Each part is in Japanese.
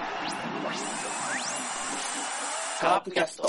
カープキャスト。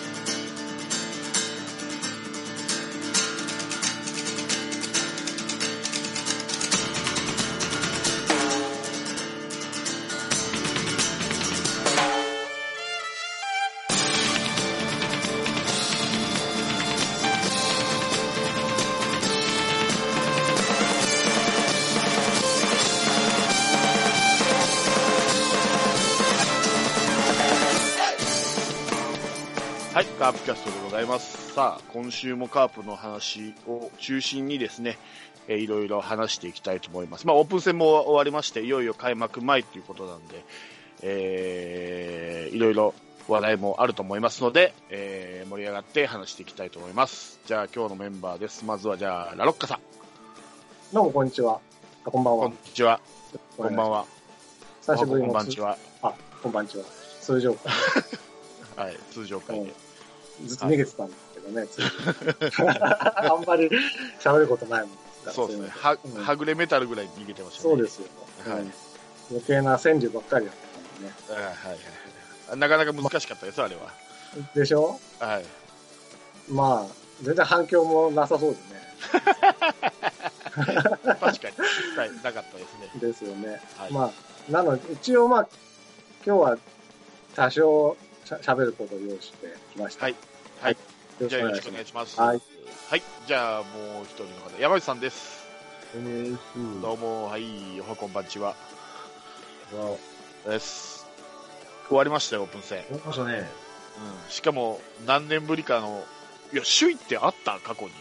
はい、カープキャストでございます。さあ、今週もカープの話を中心にですね、いろいろ話していきたいと思います。オープン戦も終わりまして、いよいよ開幕前ということなんで、いろいろ話題もあると思いますので、盛り上がって話していきたいと思います。じゃあ、今日のメンバーです。まずは、じゃあ、ラロッカさん。 どうも、こんにちは。こんばんは。 こんにちは。こんばんは。 久しぶりのこんばんちは。 こんばんちは。通常会。 はい、通常会で。 ずっと逃げてたんですけどね、通常。あんまり喋ることないもんですから。 そうですね。はぐれメタルぐらい逃げてましたね。 そうですよ。 はい。 余計な川柳ばっかりやったんでね。 はい。なかなか難しかったです、あれは。 でしょ？はい。まあ、全然反響もなさそうでね。 確かに、一切なかったですね。 ですよね。 はい、 まあ、なので、一応今日は多少喋ることを用意してきました。 はい。はい。じゃあよろしくお願いします。 はい。 はい。じゃあもう一人の方、山内さんです。どうも、はい。おはこんばんちは。です。終わりましたよ、オープン戦。 終わりましたね。 うん。しかも、何年ぶりかの、いや、首位ってあった過去に。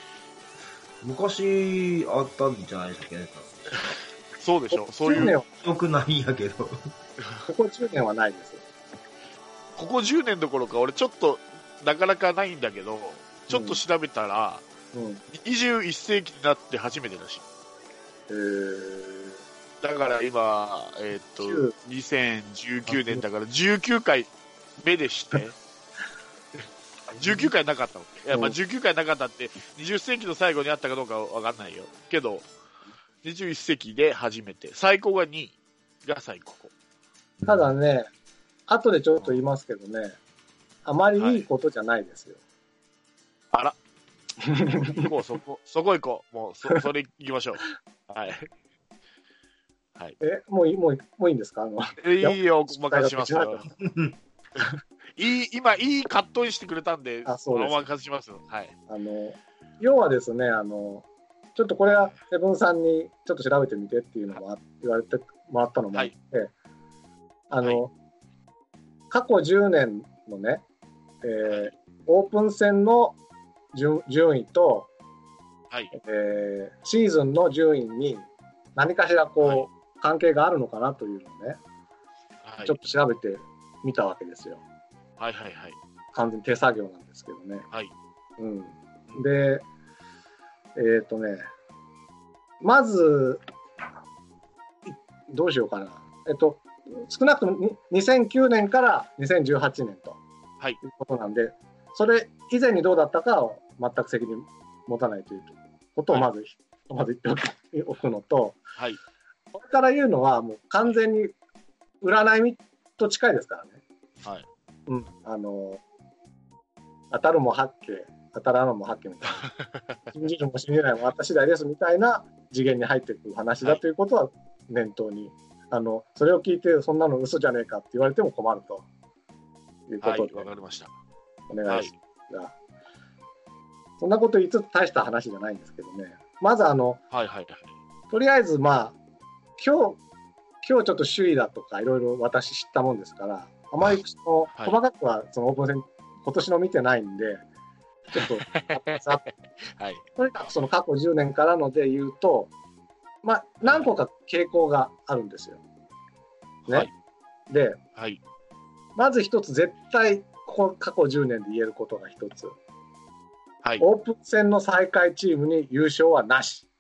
昔あったんじゃないですかね。 そうでしょ。そういう。 よくないんやけど。 ここ10年はないです。 ここ10年どころか、俺ちょっと、なかなかないんだけど、ちょっと調べたら、21世紀になって初めてだし。だから今、2019年だから19回目でして、19回なかったわけ。いや、まあ19回なかったって、20世紀の最後にあったかどうかわかんないよ。けど、21世紀で初めて。最高が2位が最高。 ただね、後でちょっと言いますけどね、あまりいいことじゃないですよ。 はい、あら。行こう、そこ行こう。もう、それ行きましょう。はい。はい。 もういいんですか？ いいよ、お任せしますよ。今、いいカットインしてくれたんで、お任せしますよ。はい。 要はですね、ちょっとこれはセブンさんにちょっと調べてみてっていうのも言われてもらったのもあって、過去10年のね、オープン戦の順位と、シーズンの順位に何かしら関係があるのかなというのをね、ちょっと調べてみたわけですよ。完全に手作業なんですけどね。で、まずどうしようかな。少なくとも2009年から2018年ということなんで、それ以前にどうだったかを全く責任持たないということをまず言っておくのと、これから言うのはもう完全に占いと近いですからね。当たるも八卦、当たらぬも八卦みたいな、信じるも信じないもあった次第ですみたいな次元に入っていく話だということは念頭に、それを聞いてそんなの嘘じゃねえかって言われても困るということで、 わかりました。 お願いしますが、そんなこと言いつつ大した話じゃないんですけどね。まずとりあえず今日ちょっと首位だとかいろいろ私知ったもんですから、あまり細かくはそのオープン戦今年の見てないんで、ちょっととにかくその過去10年からので言うと、何個か傾向があるんですよ。ね。で、まず一つ絶対過去10年で言えることが一つ。オープン戦の最下位チームに優勝はなし。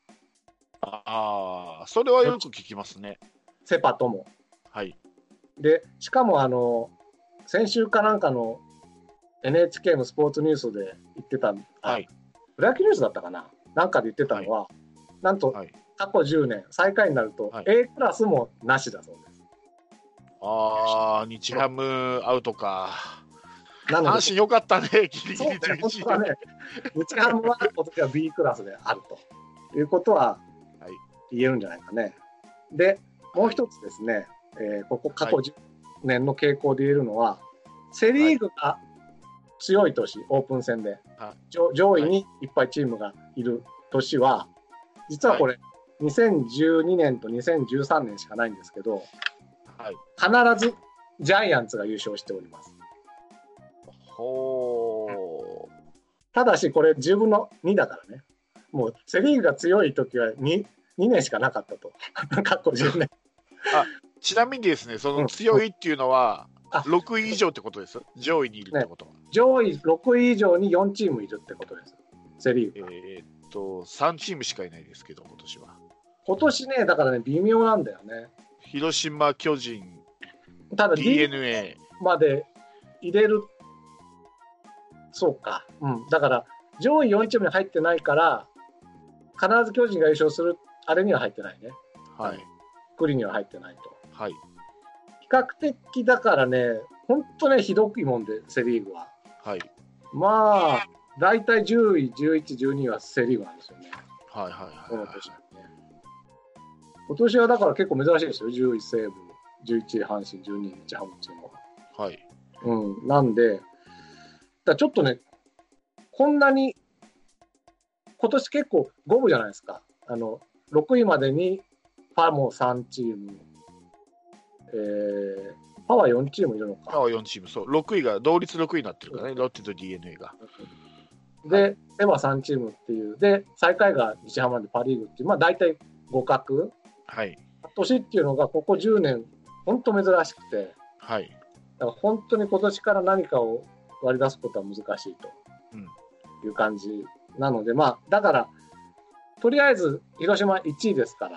それはよく聞きますね。 セパとも。で、しかも先週かなんかの NHK のスポーツニュースで言ってた、プロ野球ニュースだったかな、なんかで言ってたのは、なんと過去10年最下位になると A クラスもなしだそうです。 日ハムアウトか。 なので阪神よかったね、ギリギリそうね、本 11 当はね、日ハムは今年は B クラスであるということは言えるんじゃないかね。で、もう一つですね、ここ過去10年の傾向で言えるのは、セ・リーグが強い年、オープン戦で、上位にいっぱいチームがいる年は、実はこれ、2012年と2013年しかないんですけど、必ずジャイアンツが優勝しております。ただしこれ10分の2だからね。もうセ・リーグが強い時は 2年しかなかったと。過去10年。 ちなみにですね、その強いっていうのは6位以上ってことです。上位にいるってことは、 上位6位以上に4チームいるってことです。セ・リーグは。 3チームしかいないですけど、今年は。 今年ね、だからね、微妙なんだよね。 広島、巨人、 ただ DNA まで入れる。そうか。だから上位4チームに入ってないから、必ず巨人が優勝するあれには入ってないね。クリには入ってないと。比較的だからね、本当ね、ひどいもんで、セ・リーグは。まあ、大体10位、11、12位はセ・リーグなんですよね。今年はだから結構珍しいですよ。10位西武、11位阪神、12位日ハムっていうのは。なんで、ちょっとね、こんなに、今年結構五分じゃないですか。6位までにパーも3チーム、パワー4チームいるのか。 パワー4チーム、そう。6位が、同率6位になってるからね、ロッテと DNA が。 で、セ・パ3チームっていう、で、最下位が日ハムでパ・リーグっていう、まあ大体互角。年っていうのがここ10年、本当珍しくて、だから本当に今年から何かを割り出すことは難しいという感じなので、まあ、だから、とりあえず広島1位ですから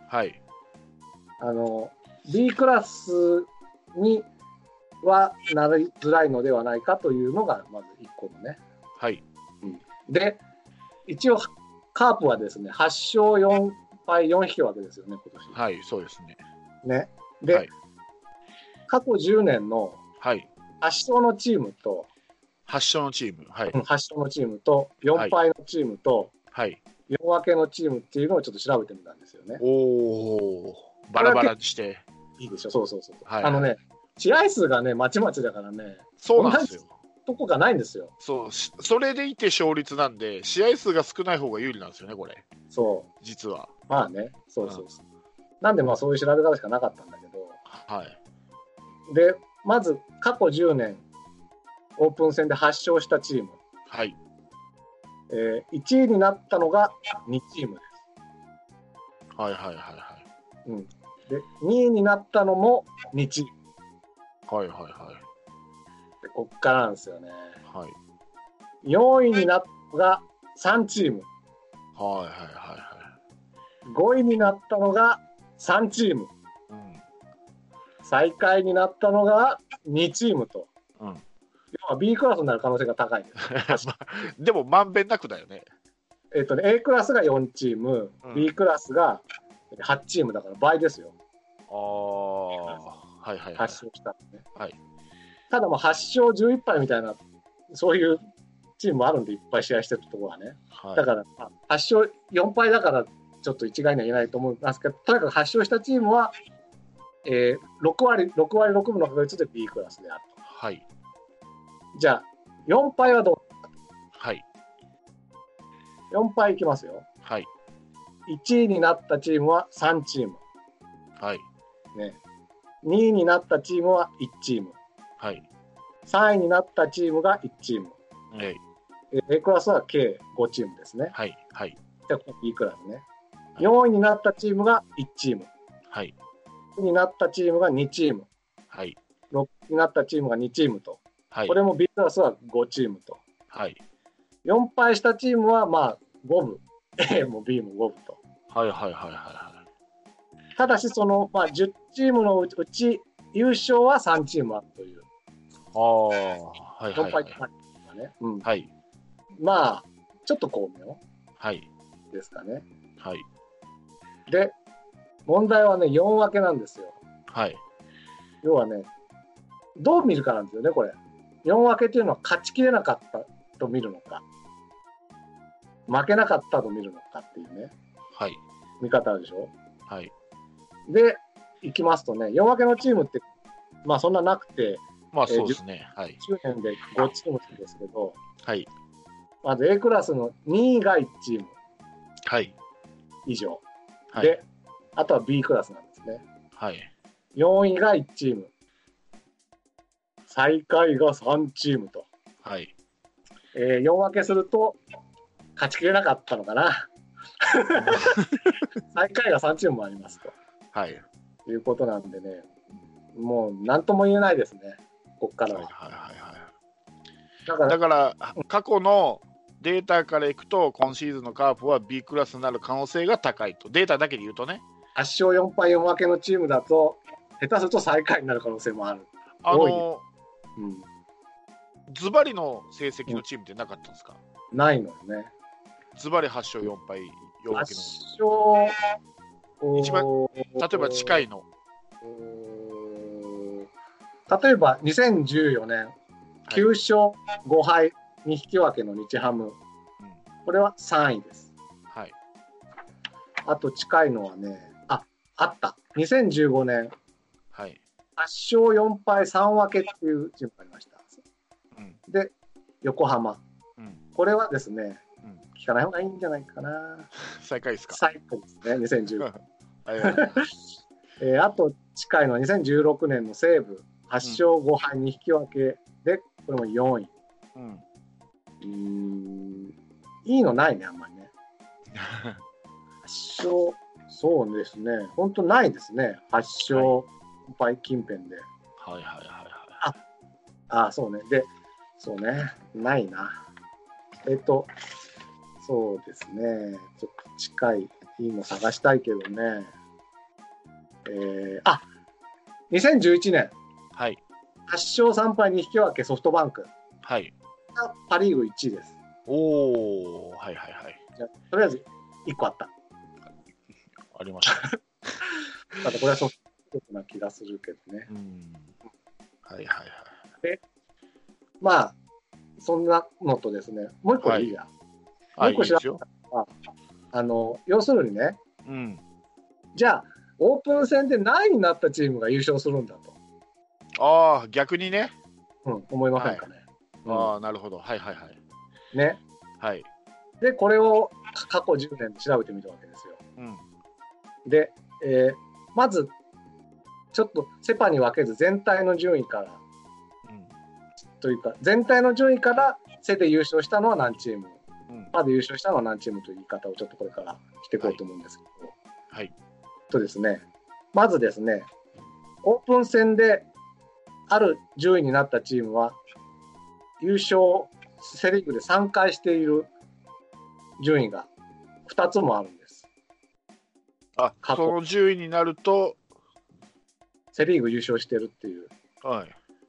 、B クラスにはなりづらいのではないかというのが、まず1個のね。で、一応、カープはですね、8勝4敗4引き分けですよね、今年。 そうですね。で、過去10年の8勝のチームと、 8勝のチーム、 8勝のチームと、4敗のチームと、4分けのチームっていうのをちょっと調べてみたんですよね。 バラバラにして。 いいでしょ、そう。試合数がね、まちまちだからね、 そうなんですよ。 とこがないんですよ。 それでいて勝率なんで、試合数が少ない方が有利なんですよね、これ。実は。 まあね、なんでまあそういう調べ方しかなかったんだけど、で、まず過去10年、オープン戦で8勝したチーム。1位になったのが2チームです。で、2位になったのも2チーム。で、こっからなんですよね。4位になったのが3チーム。5位になったのが3チーム。最下位になったのが2チームと。要は B クラスになる可能性が高いです。 でもまんべんなくだよね。 A クラスが4チーム、B クラスが8チームだから倍ですよ。8勝したんでね。ただもう8勝11敗みたいな、そういうチームもあるんで、いっぱい試合してるところはね。だから、8勝4敗だから、ちょっと一概には言えないと思いますけど、とにかく8勝したチームは、6割6分の確率で B クラスであると。じゃあ、4敗はどうか。4敗いきますよ。1位になったチームは3チーム。2位になったチームは1チーム。3位になったチームが1チーム。A クラスは計5チームですね。じゃあ、B クラスね。4位になったチームが1チーム。6位になったチームが2チーム。6位になったチームが2チームと。これも B クラスは5チームと。4敗したチームはまあ5分。A も B も5分と。ただし、その、まあ、10チームのうち優勝は3チームあるという。4敗とかね。まあ、ちょっと巧妙ですかね。で、問題はね、4分けなんですよ。 要はね、どう見るかなんですよね、これ。4分けっていうのは勝ちきれなかったと見るのか、負けなかったと見るのかっていうね、 はい。 見方あるでしょ。 はい。 で、いきますとね、4分けのチームって、まあそんななくて、 まあそうですね。はい。 10年で5チームですけど、 はい。 まず A クラスの2位が1チームはい。 以上。 はい。 で、あとは B クラスなんですね。 はい。 4位が1チーム。最下位が3チームと。 はい。 4分けすると、勝ちきれなかったのかな。最下位が3チームもありますと。 はい。 いうことなんでね、もう何とも言えないですね、ここからは。 はいはいはいはい。だから過去のデータからいくと、今シーズンのカープは B クラスになる可能性が高いと。データだけで言うとね。 8勝4敗4分けのチームだと、下手すると最下位になる可能性もある。 ズバリの成績のチームってなかったんですか？ ないのよね。 ズバリ8勝4敗4分けの。 一番、例えば近いの。 例えば2014年、9勝5敗2引き分けの日ハム。これは3位です。 はい。 あと近いのはね、あった。2015年、 はい、 8勝4敗3分けっていうチームがありました。で、横浜。これはですね、聞かない方がいいんじゃないかな。 最下位ですか？ 最下位ですね、2015年。あと近いのは2016年の西武、8勝5敗2引き分けで、これも4位。いいのないね、あんまりね。8勝、そうですね、本当ないですね、8勝5敗近辺で。 はいはいはいはい。そうね。で、そうね、ないな。そうですね、ちょっと近い、いいの探したいけどね。2011年。 はい。 8勝3敗2引き分けソフトバンク。 はい。 パ・リーグ1位です。 おー、はいはいはい。 じゃとりあえず1個あった。 ありました。 ただこれはソフトな気がするけどね。 はいはいはい。 で、まあ、そんなのとですね、もう1個いいや。もう1個知らなかったのは、要するにね、じゃあ、オープン戦で何位になったチームが優勝するんだと。 ああ、逆にね。 思いませんかね。 ああ、なるほど。はいはいはい。 ね。 はい。 で、これを過去10年で調べてみたわけですよ。で、まず、ちょっとセ・パに分けず全体の順位から、というか、全体の順位からセで優勝したのは何チーム、パで優勝したのは何チームという言い方をちょっとこれからしていこうと思うんですけど、 はい。 とですね、まずですね、オープン戦である順位になったチームは、優勝、セ・リーグで3回している順位が2つもあるんです。 その順位になると、 セ・リーグ優勝してるっていう。 はい。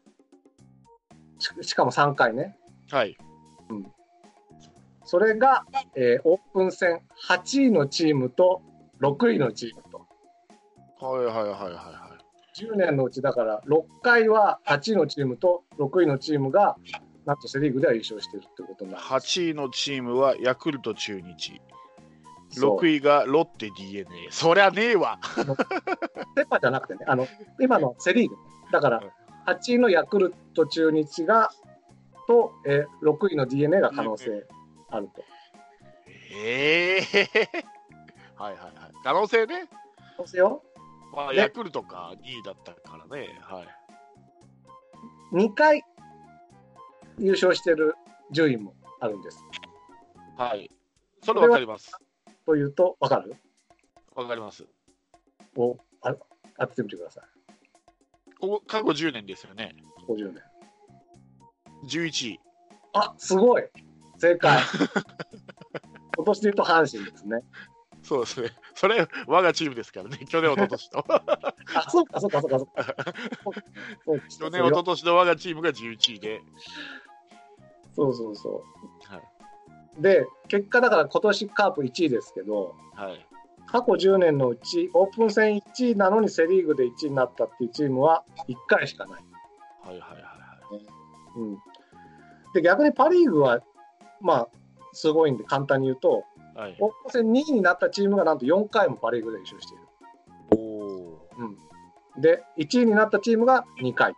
しかも3回ね。 はい。 それが、オープン戦8位のチームと6位のチームと。 はいはいはいはい。 10年のうちだから6回は8位のチームと6位のチームがなんとセ・リーグでは優勝してるってことになる。 8位のチームはヤクルト中日。6位がロッテ DNA。そりゃねえわ。 セ・パじゃなくてね、今のセ・リーグ。だから8位のヤクルト中日がと、6位の DNA が可能性あると。 はいはいはい。可能性ね。 可能性よ。 まあ、ヤクルトか2位だったからね。はい。 2回優勝してる順位もあるんです。 はい。それ分かります。 というと、分かる？ 分かります。 当ててみてください。 過去10年ですよね。 過去10年。 11位。 すごい正解。今年で言うと阪神ですね。 そうですね。それ、我がチームですからね。去年、一昨年と。 そうか。 去年、一昨年の我がチームが11位で。 そう。はい、で、結果だから今年カープ1位ですけど、 はい、 過去10年のうちオープン戦1位なのにセ・リーグで1位になったっていうチームは1回しかない。 はいはいはいはい。 うん、で逆にパ・リーグはまあすごいんで簡単に言うと、はい、オープン戦2位になったチームがなんと4回もパ・リーグで優勝している。で1位になったチームが2回、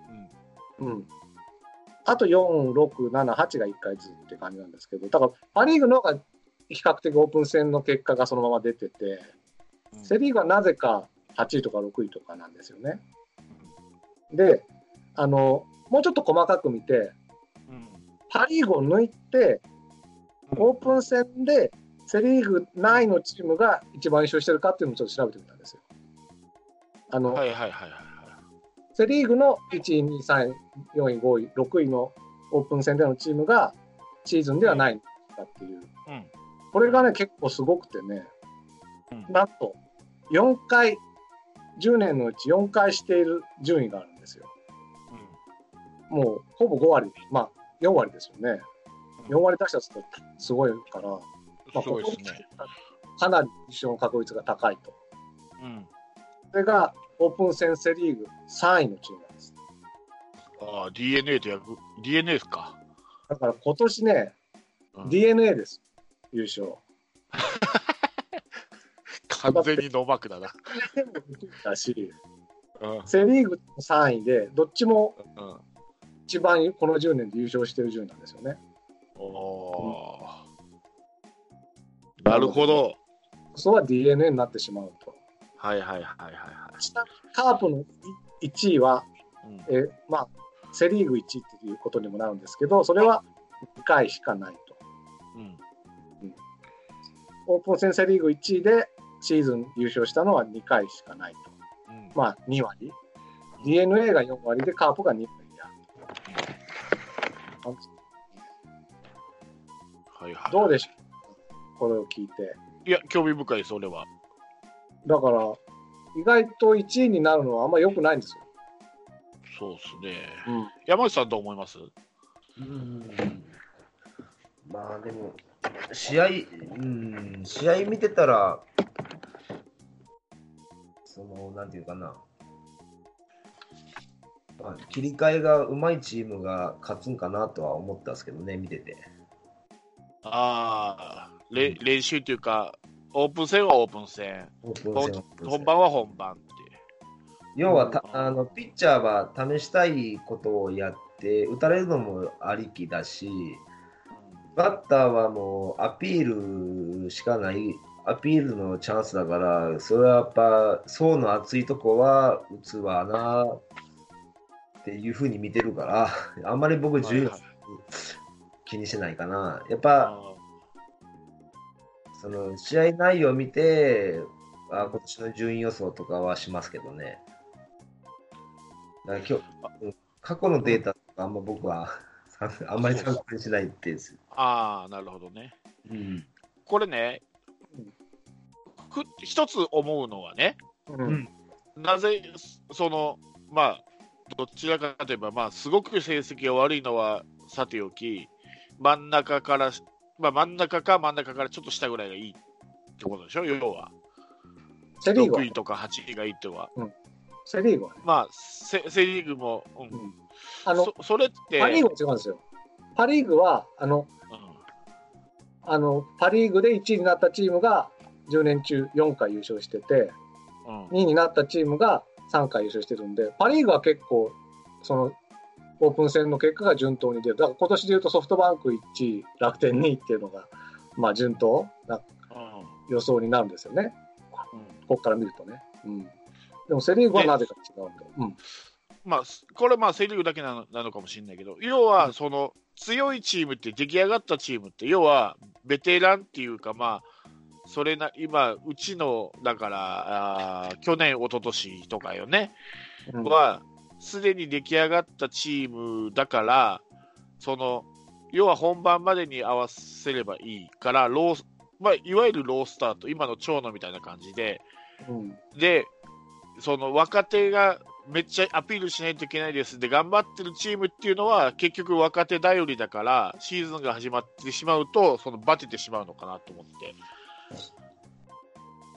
あと4、6、7、8が1回ずつって感じなんですけど、だからパ・リーグの方が比較的オープン戦の結果がそのまま出てて、セ・リーグはなぜか8位とか6位とかなんですよね。でもうちょっと細かく見て、パ・リーグを抜いてオープン戦でセ・リーグ内のチームが一番優勝してるかっていうのをちょっと調べてみたんですよ。セ・リーグの1位、2位、3位、4位、5位、6位のオープン戦でのチームがシーズンではないのかっていう、これがね結構すごくてね、なんと4回10年のうち4回している順位があるんですよ。もうほぼ5割、まあ4割ですよね。4割出したとすごいから、 すごいですね。 かなり優勝の確率が高いと。それがオープン戦セ・リーグ3位のチームなんです。 DNA とDNA ですか。 だから今年ね、DNA です、優勝。 完全にノーマークだな。 だし、セ・リーグ3位で、どっちも一番この10年で優勝してる順位なんですよね。 なるほど。 そうは DNA になってしまうと。 はいはいはいはいはい。 カープの1位は、まあセ・リーグ1位っていうことにもなるんですけど、それは2回しかないと。オープン戦セ・リーグ1位でシーズン優勝したのは2回しかないと。まあ2割。DNA が4割でカープが2割であると。 はいはい。 どうでしょう、これを聞いて。 いや、興味深いです、それは。 だから意外と1位になるのはあんまり良くないんですよ。 そうですね。山内さんどう思います？ まあでも試合見てたら、なんていうかな、切り替えがうまいチームが勝つんかなとは思ったんですけどね、見てて。 練習というか、オープン戦はオープン戦、本番は本番って。 要はピッチャーは試したいことをやって打たれるのもありきだし、バッターはもうアピールしかない、アピールのチャンスだから、それはやっぱ層の厚いとこは打つわなっていうふうに見てるから、あんまり僕順位気にしてないかな。やっぱその試合内容を見て今年の順位予想とかはしますけどね。だから過去のデータとかあんま僕はあんまり参考にしないってです。 なるほどね。これね、一つ思うのはね、なぜどちらかといえば、すごく成績が悪いのはさておき、真ん中からちょっと下ぐらいがいいってことでしょ、要は。6位とか8位がいいってのは。 セ・リーグはね。 セ・リーグも、それって。 パ・リーグは違うんですよ。パ・リーグは、パ・リーグで1位になったチームが10年中4回優勝してて、2位になったチームが3回優勝してるんで、パ・リーグは結構、オープン戦の結果が順当に出る。だから今年でいうとソフトバンク1位、楽天2位っていうのが、順当な予想になるんですよね。ここから見るとね。でもセ・リーグはなぜか違うんだ。 これセ・リーグだけなのかもしれないけど、要は強いチームって出来上がったチームって要はベテランっていうか今うちのだから去年一昨年とかよね、はすでに出来上がったチームだから要は本番までに合わせればいいからいわゆるロースタート、今の長野みたいな感じで、で若手がめっちゃアピールしないといけないですで頑張ってるチームっていうのは結局若手頼りだから、シーズンが始まってしまうとバテてしまうのかなと思って。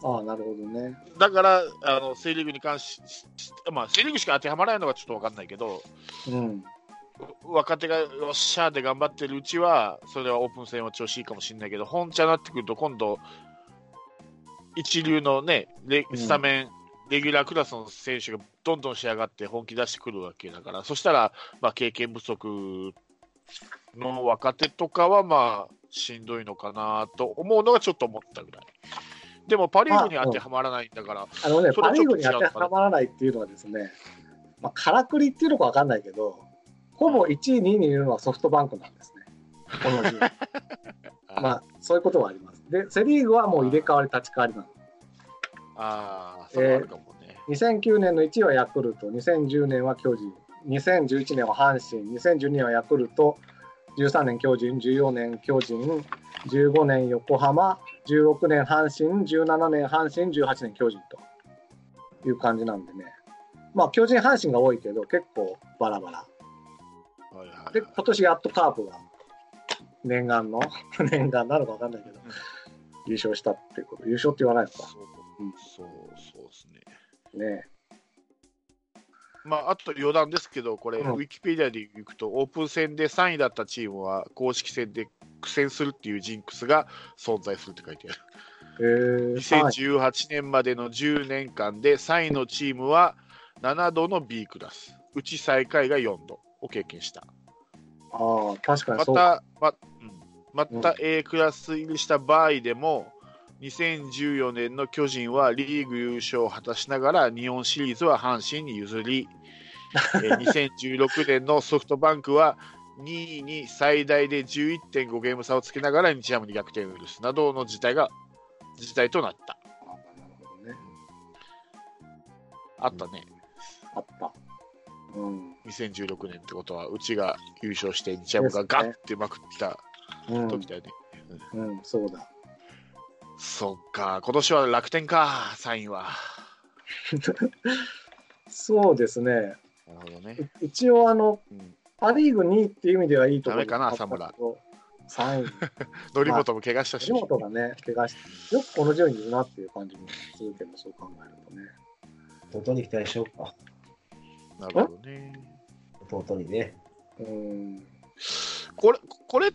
ああ、なるほどね。 だからセ・リーグに関し、まあ、セ・リーグしか当てはまらないのがちょっと分かんないけど、 うん、 若手がよっしゃーで頑張ってるうちは、それはオープン戦は調子いいかもしれないけど、本茶になってくると、今度、一流のね、スタメン、レギュラークラスの選手がどんどん仕上がって本気出してくるわけだから、そしたら、まあ、経験不足の若手とかは、まあ、しんどいのかなと思うのがちょっと思ったぐらい。でも、パ・リーグに当てはまらないんだから、 パ・リーグに当てはまらないっていうのはですね、まあ、からくりっていうのか分かんないけど、ほぼ1位、2位にいるのはソフトバンクなんですね、この日まあ、そういうことはあります。で、セ・リーグはもう入れ替わり立ち替わりなの。 そうあるかもね。 2009年の1位はヤクルト、2010年は巨人、2011年は阪神、2012年はヤクルト、13年巨人、14年巨人、15年横浜、16年阪神、17年阪神、18年巨人という感じなんでね。まあ巨人阪神が多いけど結構バラバラ。で今年やっとカープが念願なのか分かんないけど、優勝したっていうこと。優勝って言わないのか。 そうですね。ね。 まあ、あと余談ですけど、これ、ウィキペディアでいくと、オープン戦で3位だったチームは公式戦で苦戦するっていうジンクスが存在するって書いてある。2018年までの10年間で3位のチームは7度の B クラス、うち最下位が4度を経験した。 ああ、確かにそうか。 また A クラス入りした場合でも、2014年の巨人はリーグ優勝を果たしながら日本シリーズは阪神に譲り2016年のソフトバンクは2位に最大で 11.5 ゲーム差をつけながら日ハムに逆転を許すなどの事態となった。あったね。 あった。 2016年ってことはうちが優勝して日ハムがガッてまくった時だよね。 そうだ。 そっか、今年は楽天か、3位は。 そうですね。 なるほどね。 一応パ・リーグ2位っていう意味ではいいところ。 ダメかな、浅村。 3位。 則本も怪我したし。 則本がね、怪我して、よくこの順位にいるなっていう感じもするけど、そう考えるとね。 弟に期待しようか。 なるほどね。 弟にね。 これって、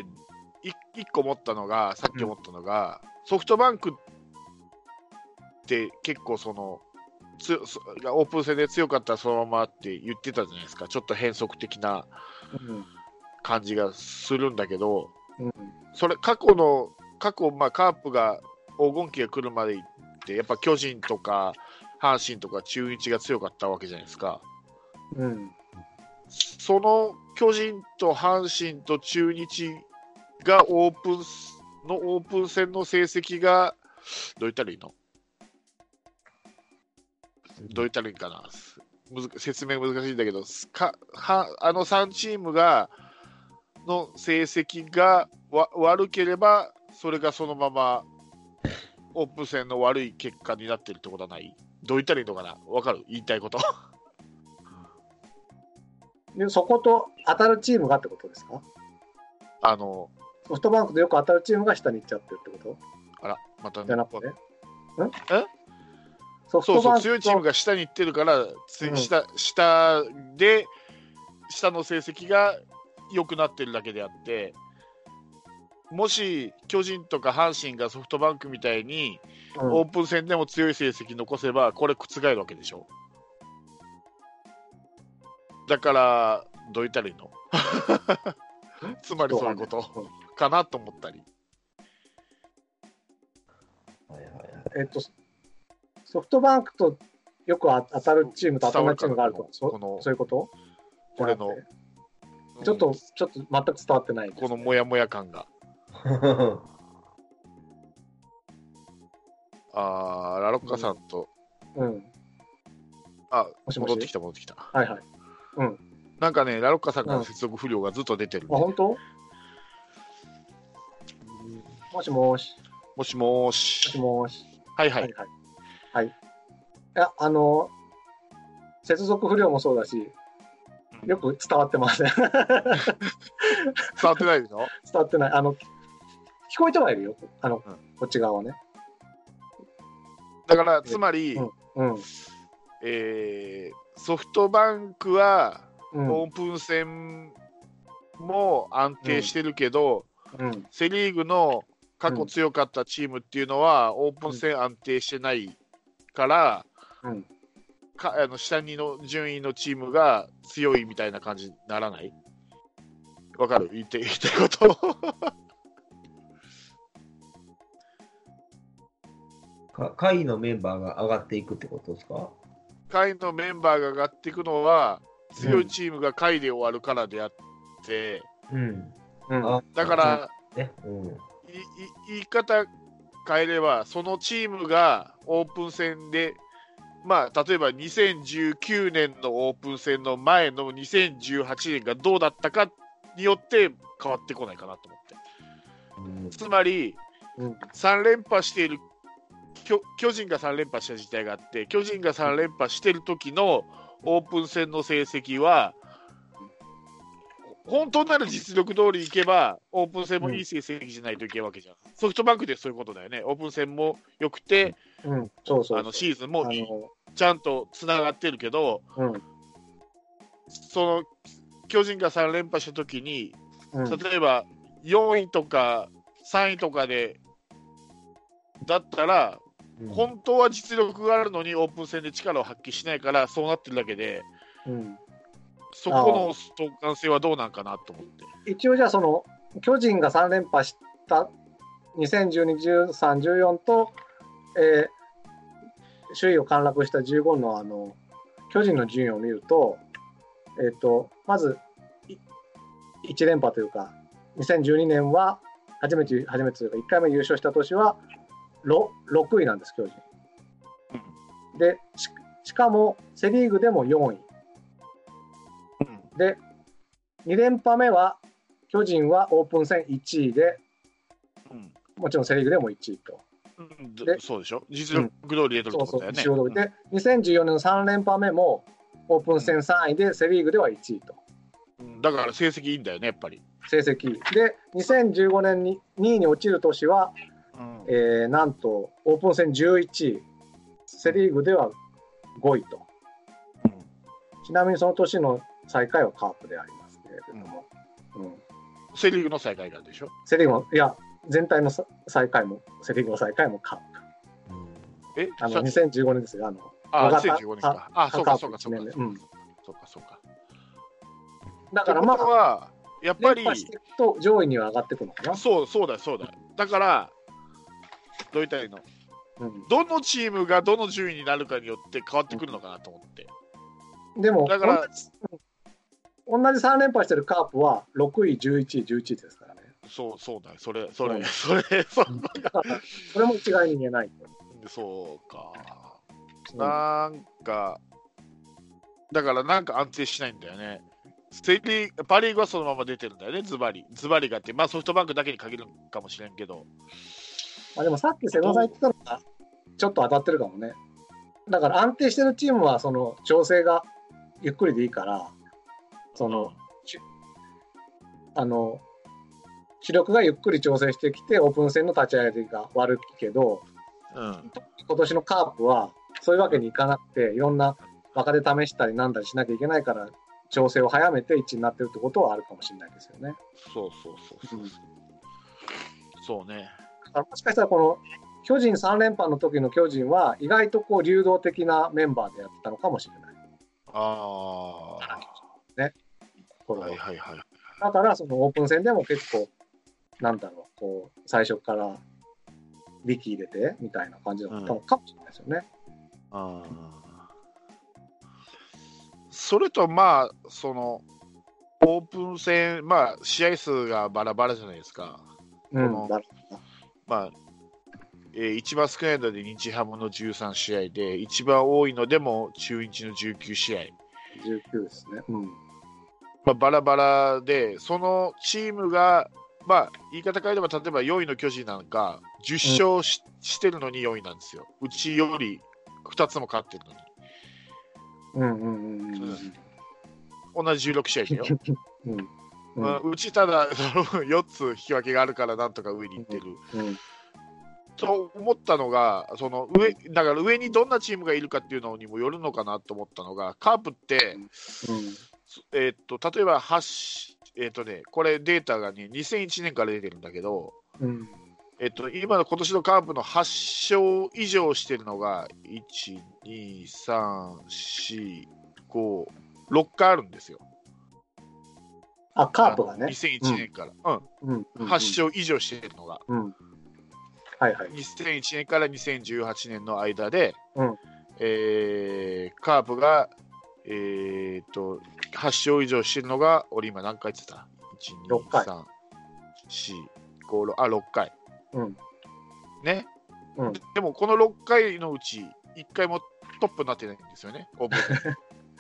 一個思ったのが、さっき思ったのが、ソフトバンクって結構オープン戦で強かったらそのままって言ってたじゃないですか。ちょっと変則的な感じがするんだけど、それ過去、まあ、カープが黄金期が来るまで行って、やっぱ巨人とか阪神とか中日が強かったわけじゃないですか。その巨人と阪神と中日がオープン戦の成績がどう言ったらいいの？どう言ったらいいかな、説明難しいんだけど、3チームの成績が悪ければそれがそのままオープン戦の悪い結果になってるってことはない？どう言ったらいいのかな、分かる？言いたいことでそこと当たるチームがってことですか？ ソフトバンクでよく当たるチームが下に行っちゃってるってこと？ あら、またじゃなくて、 そう強いチームが下に行ってるから、下の成績が良くなってるだけであって、もし巨人とか阪神がソフトバンクみたいにオープン戦でも強い成績残せば、これ覆るわけでしょ。だからどう言ったらいいのつまりそういうことかなと思ったり。 ソフトバンクとよく当たるチームと当たらないチームがあると、そういうこと？ これのちょっと全く伝わってない、 このモヤモヤ感がラロッカさんと、戻ってきた。 はいはい。 なんかね、ラロッカさんから接続不良がずっと出てる。 本当？もしもし。 もしもし。 もしもし。 はいはい。 いや、接続不良もそうだし、よく伝わってません。伝わってないでしょ？ 伝わってない。聞こえてはいるよ。こっち側はね。 だからつまり、ソフトバンクはオープン戦も安定してるけど、セ・リーグの過去強かったチームっていうのはオープン戦安定してないから、下の順位のチームが強いみたいな感じにならない？わかる？言いたいこと下位のメンバーが上がっていくってことですか？ 下位のメンバーが上がっていくのは強いチームが下位で終わるからであって、だから、言い方変えればそのチームがオープン戦で、まあ、例えば2019年のオープン戦の前の2018年がどうだったかによって変わってこないかなと思って、つまり、3連覇している巨人が3連覇した時代があって、巨人が3連覇してる時のオープン戦の成績は本当なる実力通りいけばオープン戦もいい成績じゃないといけないわけじゃん。ソフトバンクでそういうことだよね。オープン戦も良くて、シーズンもちゃんとつながってるけど、その巨人が3連覇した時に、例えば4位とか3位とかでだったら、本当は実力があるのにオープン戦で力を発揮しないからそうなってるだけで、そこの相関性はどうなんかなと思って。 一応じゃあその巨人が3連覇した2012、13、14と、首位を陥落した15の巨人の順位を見ると、まず1連覇というか2012年は初めてというか1回目優勝した年は6位なんです、巨人。で しかもセ・リーグでも4位。で、2連覇目は巨人はオープン戦1位で、もちろんセ・リーグでも1位と。 そうでしょ、実力通りでとるってことだよね。 で、2014年の3連覇目もオープン戦3位で、セ・リーグでは1位と。 だから成績いいんだよね、やっぱり。 成績で、2015年に2位に落ちる年は、なんとオープン戦11位、セ・リーグでは5位と。ちなみにその年の最下位はカープでありますけれども、 セ・リーグの最下位なんでしょ。 セ・リーグも、いや、全体の最下位も、セ・リーグの最下位もカープ。2015年ですよ。 2015年か。そうか。そうか。 だからまあ、 やっぱりと上位には上がってくるのかな。 そうだ。だから、どう言ったらいいの、どのチームがどの順位になるかによって変わってくるのかなと思って。 でも、 だから同じ3連覇してるカープは6位、11位、11位ですからね。 そうだよ、それも一概に言えない。 そうか。なんか、だからなんか安定しないんだよね。パ・リーグはそのまま出てるんだよね、ズバリがって、まあソフトバンクだけに限るかもしれんけど。 でもさっき瀬野さん言ってたのがちょっと当たってるかもね。だから安定してるチームはその調整がゆっくりでいいから、その主力がゆっくり調整してきてオープン戦の立ち上がりが悪いけど、今年のカープはそういうわけにいかなくて、いろんな若手試したりなんだりしなきゃいけないから調整を早めて1位になってるってことはあるかもしれないですよね。 そうね。 もしかしたらこの巨人3連覇の時の巨人は意外とこう流動的なメンバーでやってたのかもしれない。ね。だからそのオープン戦でも結構こう最初から力入れてみたいな感じだったのかもしれないですよね。 それとまあそのオープン戦、まあ試合数がバラバラじゃないですか。まあ一番少ないので日ハムの13試合で、一番多いのでも中日の19試合。 19ですね。 バラバラで、そのチームが、まあ、言い方変えれば、例えば4位の巨人なんか、10勝してるのに4位なんですよ。うちより2つも勝ってるのに。同じ16試合だよ。うちただ4つ引き分けがあるからなんとか上に行ってる。 と思ったのが、そのだから上にどんなチームがいるかっていうのにもよるのかなと思ったのが、カープって、例えばこれデータがね、2001年から出てるんだけど、今年のカープの8勝以上してるのが、1、2、3、4、5、6回あるんですよ。 カープがね。 2001年から。8勝以上してるのが。2001年から2018年の間で、カープが、8勝以上してるのが、俺今何回言ってた ?1、2、3、4、5、6回。ね、でもこの6回のうち1回もトップになってないんですよね、オープン戦。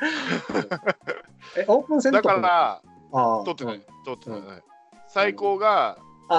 オープン戦だから取ってない、最高が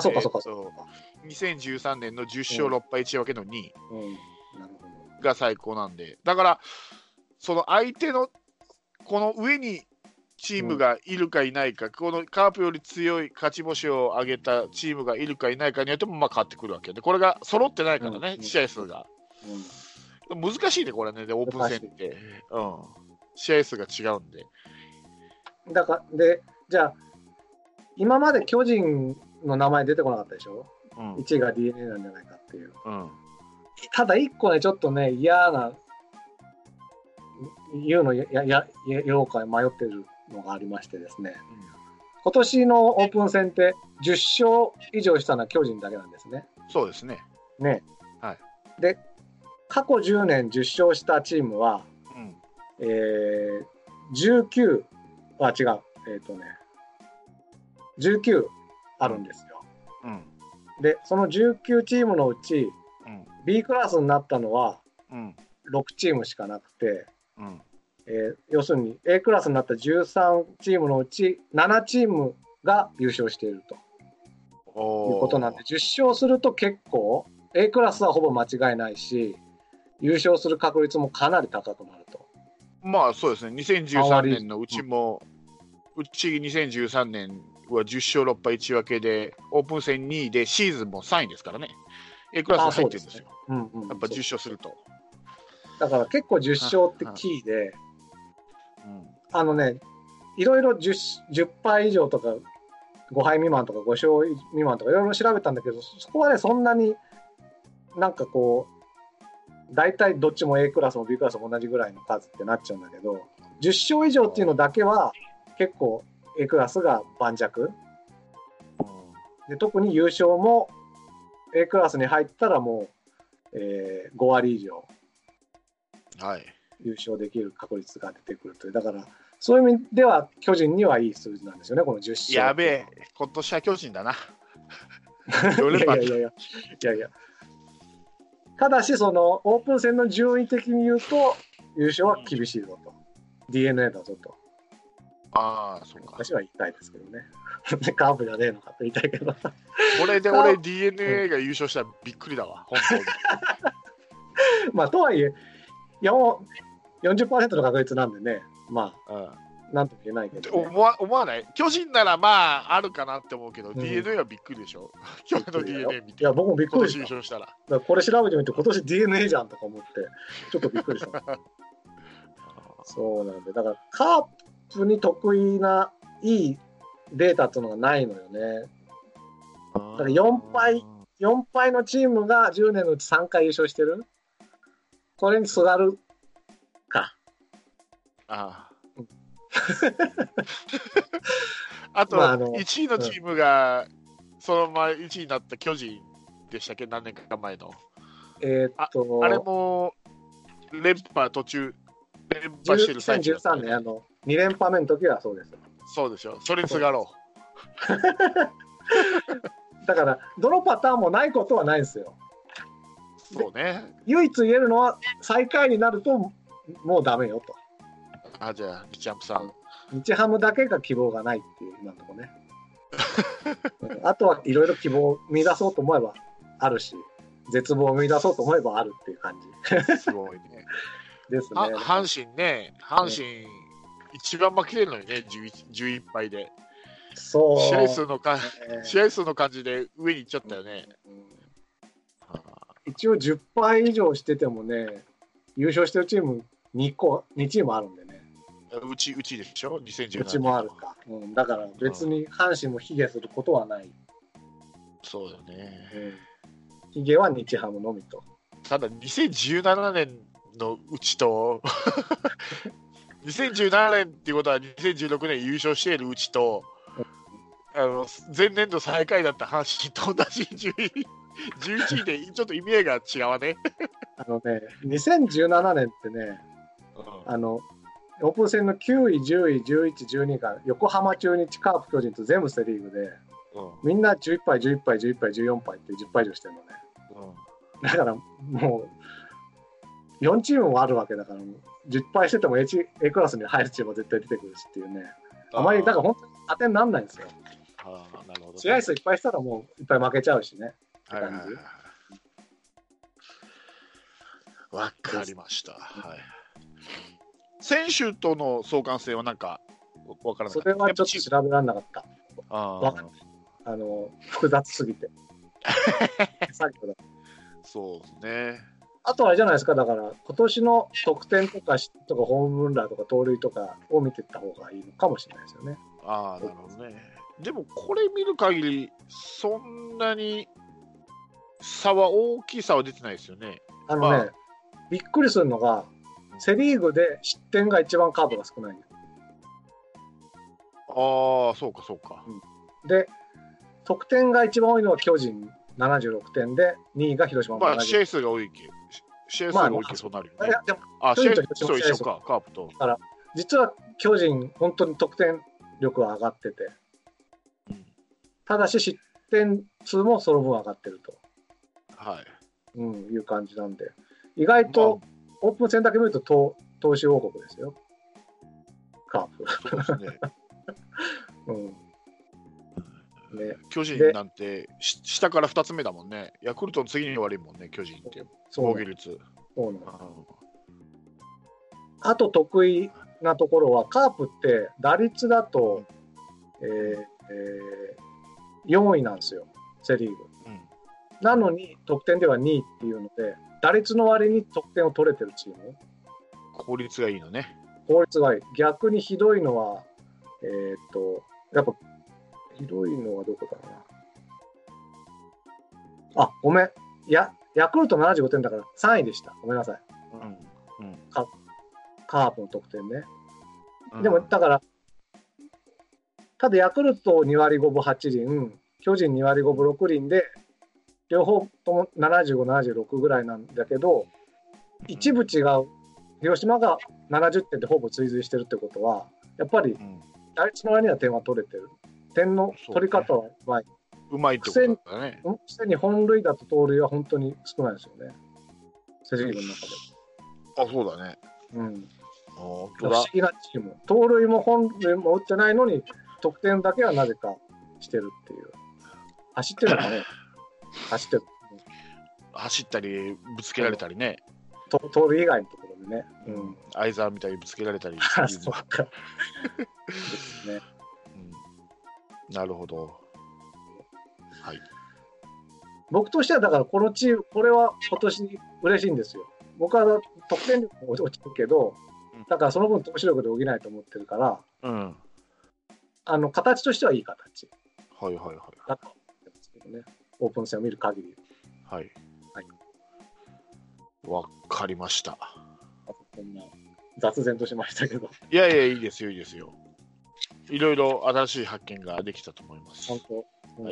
2013年の10勝6敗1分けの2位が最高なんで、だからその相手のこの上にチームがいるかいないか、このカープより強い勝ち星を挙げたチームがいるかいないかによってもまあ変わってくるわけで、これが揃ってないからね、試合数が。難しいね、これね、でオープン戦って、試合数が違うんで。 だからで、じゃあ、今まで巨人の名前出てこなかったでしょ、1位が DNA なんじゃないかっていう。ただ、1個ね、ちょっとね、嫌な、言うの言おうか迷ってるのがありましてですね、今年のオープン戦って10勝以上したのは巨人だけなんですね。 そうですね。 で、過去10年10勝したチームは、19、19あるんですよ。で、その19チームのうち、B クラスになったのは6チームしかなくて、要するに A クラスになった13チームのうち7チームが優勝しているということなんで、10勝すると結構 A クラスはほぼ間違いないし、優勝する確率もかなり高くなると。 まあそうですね、2013年のうちも、うち2013年は10勝6敗1分けで、オープン戦2位で、シーズンも3位ですからね、A クラスに入ってるんですよ、やっぱ10勝すると。 だから結構10勝ってキーで、いろいろ 10敗以上とか、5敗未満とか5勝未満とかいろいろ調べたんだけど、そこはね、そんなになんかこう、大体どっちも A クラスも B クラスも同じぐらいの数ってなっちゃうんだけど、10勝以上っていうのだけは結構 A クラスが盤石で、特に優勝も A クラスに入ったらもう、5割以上優勝できる確率が出てくるという、だからそういう意味では巨人にはいい数字なんですよね、この10勝。 やべえ、今年は巨人だな。 いやただし、そのオープン戦の順位的に言うと優勝は厳しいぞと、DNA だぞと。 そうか。 私は言いたいですけどね。カープじゃねえのかと言いたいけど。これで俺 DNA が優勝したらびっくりだわ、本当に。 まあとはいえ 40% の確率なんでね、まあ、なんとも言えないけど、ね、 思わない？巨人ならまああるかなって思うけど、DNA はびっくりでしょ。去年の DNA 見て。 いや、僕もびっくりした。 今年優勝したら。 これ調べてみて、今年 DNA じゃんとか思って、ちょっとびっくりした。そうなんで、だからカープに得意ないいデータっていうのがないのよね。だから4敗のチームが10年のうち3回優勝してる。これにすがるか。 あと、1位のチームがそのまま1位になった巨人でしたっけ、何年か前の。あれも連覇途中、連覇してる最中、 2013年、2連覇目の時はそうですよ。 そうでしょ、それにすがろう。 だから、どのパターンもないことはないんですよ。 そうね。 唯一言えるのは、最下位になるともうダメよと。 じゃあ、日ハムさん。 日ハムだけが希望がないっていう、今のところね。あとはいろいろ希望を見出そうと思えばあるし、絶望を見出そうと思えばあるっていう感じ。 すごいね。 ですね。 阪神、一番負けてるのにね、11敗で。 そう。 試合数の感じで上に行っちゃったよね。 一応10敗以上しててもね、優勝してるチーム2チームあるんでね。 うちでしょ ?2017 年。 うちもあるか。だから別に阪神も卑下することはない。 そうだね。 卑下は日ハムのみと。 ただ2017年のうちと2017年っていうことは2016年優勝しているうちと、前年度最下位だった阪神と同じ11位でちょっと意味合いが違うわね。 2017年ってね、オープン戦の9位、10位、11、12が横浜、中日、カープ、巨人と全部セ・リーグで、みんな11敗、11敗、11敗、14敗って10敗以上してるのね。だからもう4チームもあるわけだから、10敗してても A クラスに入るチームは絶対出てくるしっていうね。あまりだから本当に当てにならないんですよ。 なるほどね、 試合数いっぱいしたらもういっぱい負けちゃうしね。 わかりました。はい。選手との相関性はなんか分からなかった。 それはちょっと調べられなかった。複雑すぎて。 そうですね。 あとはあれじゃないですか、だから今年の得点とかホームランとか盗塁とかを見ていった方がいいのかもしれないですよね。 なるほどね。でもこれ見る限りそんなに大きい差は出てないですよね。 びっくりするのがセ・リーグで失点が一番カードが少ない。 そうかそうか。 で得点が一番多いのは巨人76点で2位が広島。 試合数が多いけそうなるよね。試合数は一緒か、カープと。 だから実は巨人本当に得点力は上がってて、ただし失点数もその分上がってると、いう感じなんで、意外とオープン戦だけ見ると投手王国ですよ、カープ。 そうですね。巨人なんて下から2つ目だもんね。ヤクルトの次に悪いもんね、巨人って防御率。 あと得意なところはカープって打率だと、4位なんですよ、セ・リーグ。なのに得点では2位っていうので、打率の割に得点を取れてるチーム。 効率がいいのね。 効率がいい。逆にひどいのは、やっぱひどいのはどこだろうな。ごめん。ヤクルト75点だから3位でした。ごめんなさい。カープの得点ね。でも、だから、ただヤクルト2割5分8厘、巨人2割5分6厘で、両方とも75、76ぐらいなんだけど、一部違う。広島が70点でほぼ追随してるってことは、やっぱり打率の割には点は取れてる。点の取り方はうまい。 うまいってことだね。 くせに本塁打と盗塁は本当に少ないですよね。セ・リーグの中で。 そうだね。 不思議なチーム。盗塁も本塁も打ってないのに、得点だけはなぜかしてるっていう。走ってるのかね。走ったり、ぶつけられたりね。 盗塁以外のところでね。 相沢みたいにぶつけられたり。 そうか。ですね。 なるほど。 僕としてはだからこのチーム、これは今年嬉しいんですよ。僕は得点力も落ちるけど、だからその分投手力で補えないと思ってるから、形としてはいい形。だと思ってますけどね。オープン戦を見る限り。 わかりました。 こんな雑然としましたけど。 いや、いいですよ、いいですよ。いろいろ新しい発見ができたと思います。 本当。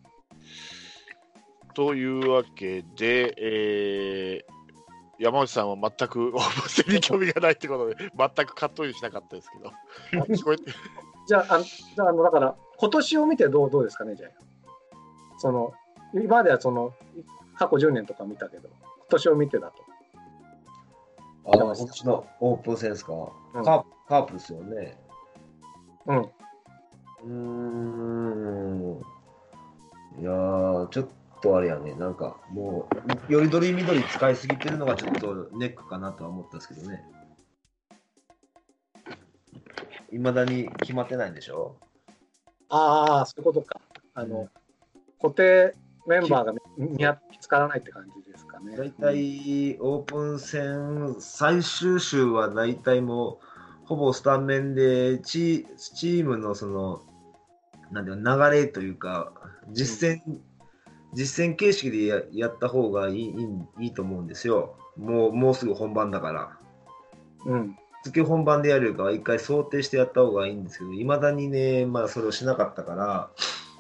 というわけで、山内さんは全くオープン戦に興味がないってことで、全くカットインしなかったですけど。聞こえてじゃあ、だから、今年を見てどうですかね、じゃあ。今までは過去10年とか見たけど、今年を見てだと。 こっちのオープン戦ですか、カープですよね。いやー、ちょっとあれやね、なんかもう、よりどりみどり使いすぎてるのがちょっとネックかなとは思ったんですけどね。いまだに決まってないんでしょ？ そういうことか。固定メンバーが見つからないって感じですか。 かね。 大体オープン戦最終週は大体もうほぼスタメンでチームのそのなんていうか流れというか実践形式でやった方がいいと思うんですよ。もうすぐ本番だから。 うん。 次本番でやるか一回想定してやった方がいいんですけど、いまだにね、まだそれをしなかったから、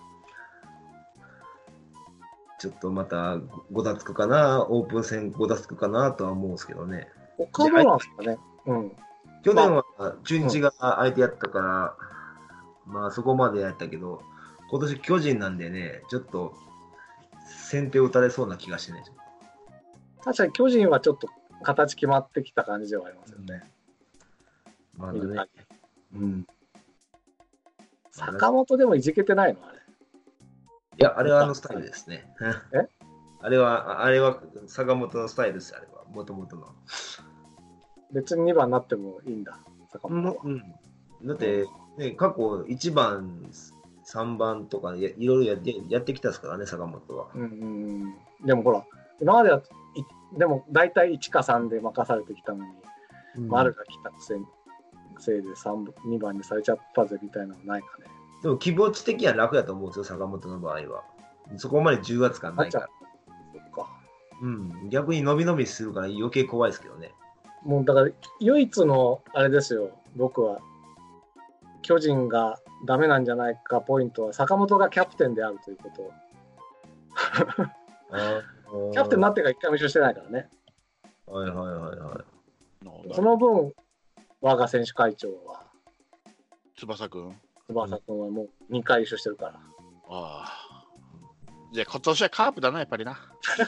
ちょっとまたごたつくかな、オープン戦ごたつくかなとは思うんですけどね。 他どうなんですかね。うん。 去年は中日が相手やったから、まあそこまでやったけど、今年巨人なんでね、ちょっと先手を打たれそうな気がしてね。 確かに巨人はちょっと形決まってきた感じではありますよね。 まだね。 うん。坂本でもいじけてないのあれ。 いや、あれはスタイルですね。 えあれは坂本のスタイルです、あれは。もともとの。 別に2番になってもいいんだ、坂本は。 だって、ね、過去1番、3番とかいろいろやってきたですからね、坂本は。 でもほら、今まではでも大体1か3で任されてきたのに、丸が来たせいで2番にされちゃったぜみたいなのないかね。 でも気持ち的には楽だと思うんですよ、坂本の場合は。そこまで重圧感ないから。 そっか。 逆に伸び伸びするから余計怖いですけどね。 もうだから唯一のあれですよ、僕は巨人がダメなんじゃないかポイントは坂本がキャプテンであるということ。キャプテンになってから1回も優勝してないからね。 はい。 その分、我が選手会長は翼くんはもう2回優勝してるから。 じゃあ今年はカープだな、やっぱりな。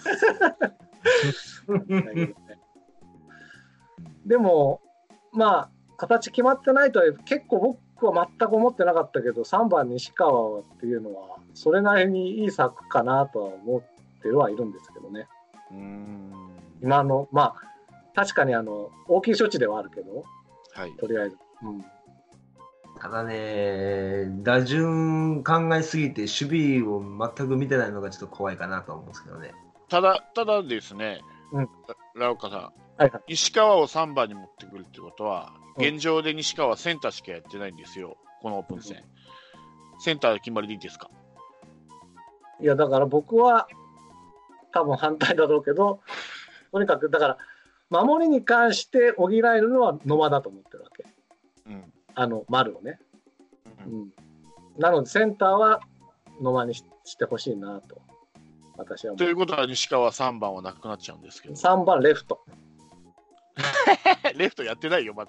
でも、まあ、形決まってないとは結構僕は全く思ってなかったけど、3番西川っていうのは、それなりにいい策かなとは思ってはいるんですけどね。今の、まあ、確かに大きい処置ではあるけど、 はい、 とりあえず。 ただね、打順考えすぎて守備を全く見てないのがちょっと怖いかなと思うんですけどね。 ただですね、ラオカさん、西川を3番に持ってくるってことは、現状で西川はセンターしかやってないんですよ、このオープン戦。センター決まりでいいですか？ いや、だから僕は多分反対だろうけど、とにかくだから守りに関して補えるのは野間だと思ってるわけ。丸をね。なのでセンターは野間にしてほしいなと私は思う。 ということは西川3番はなくなっちゃうんですけど。 3番レフト。 レフトやってないよまだ。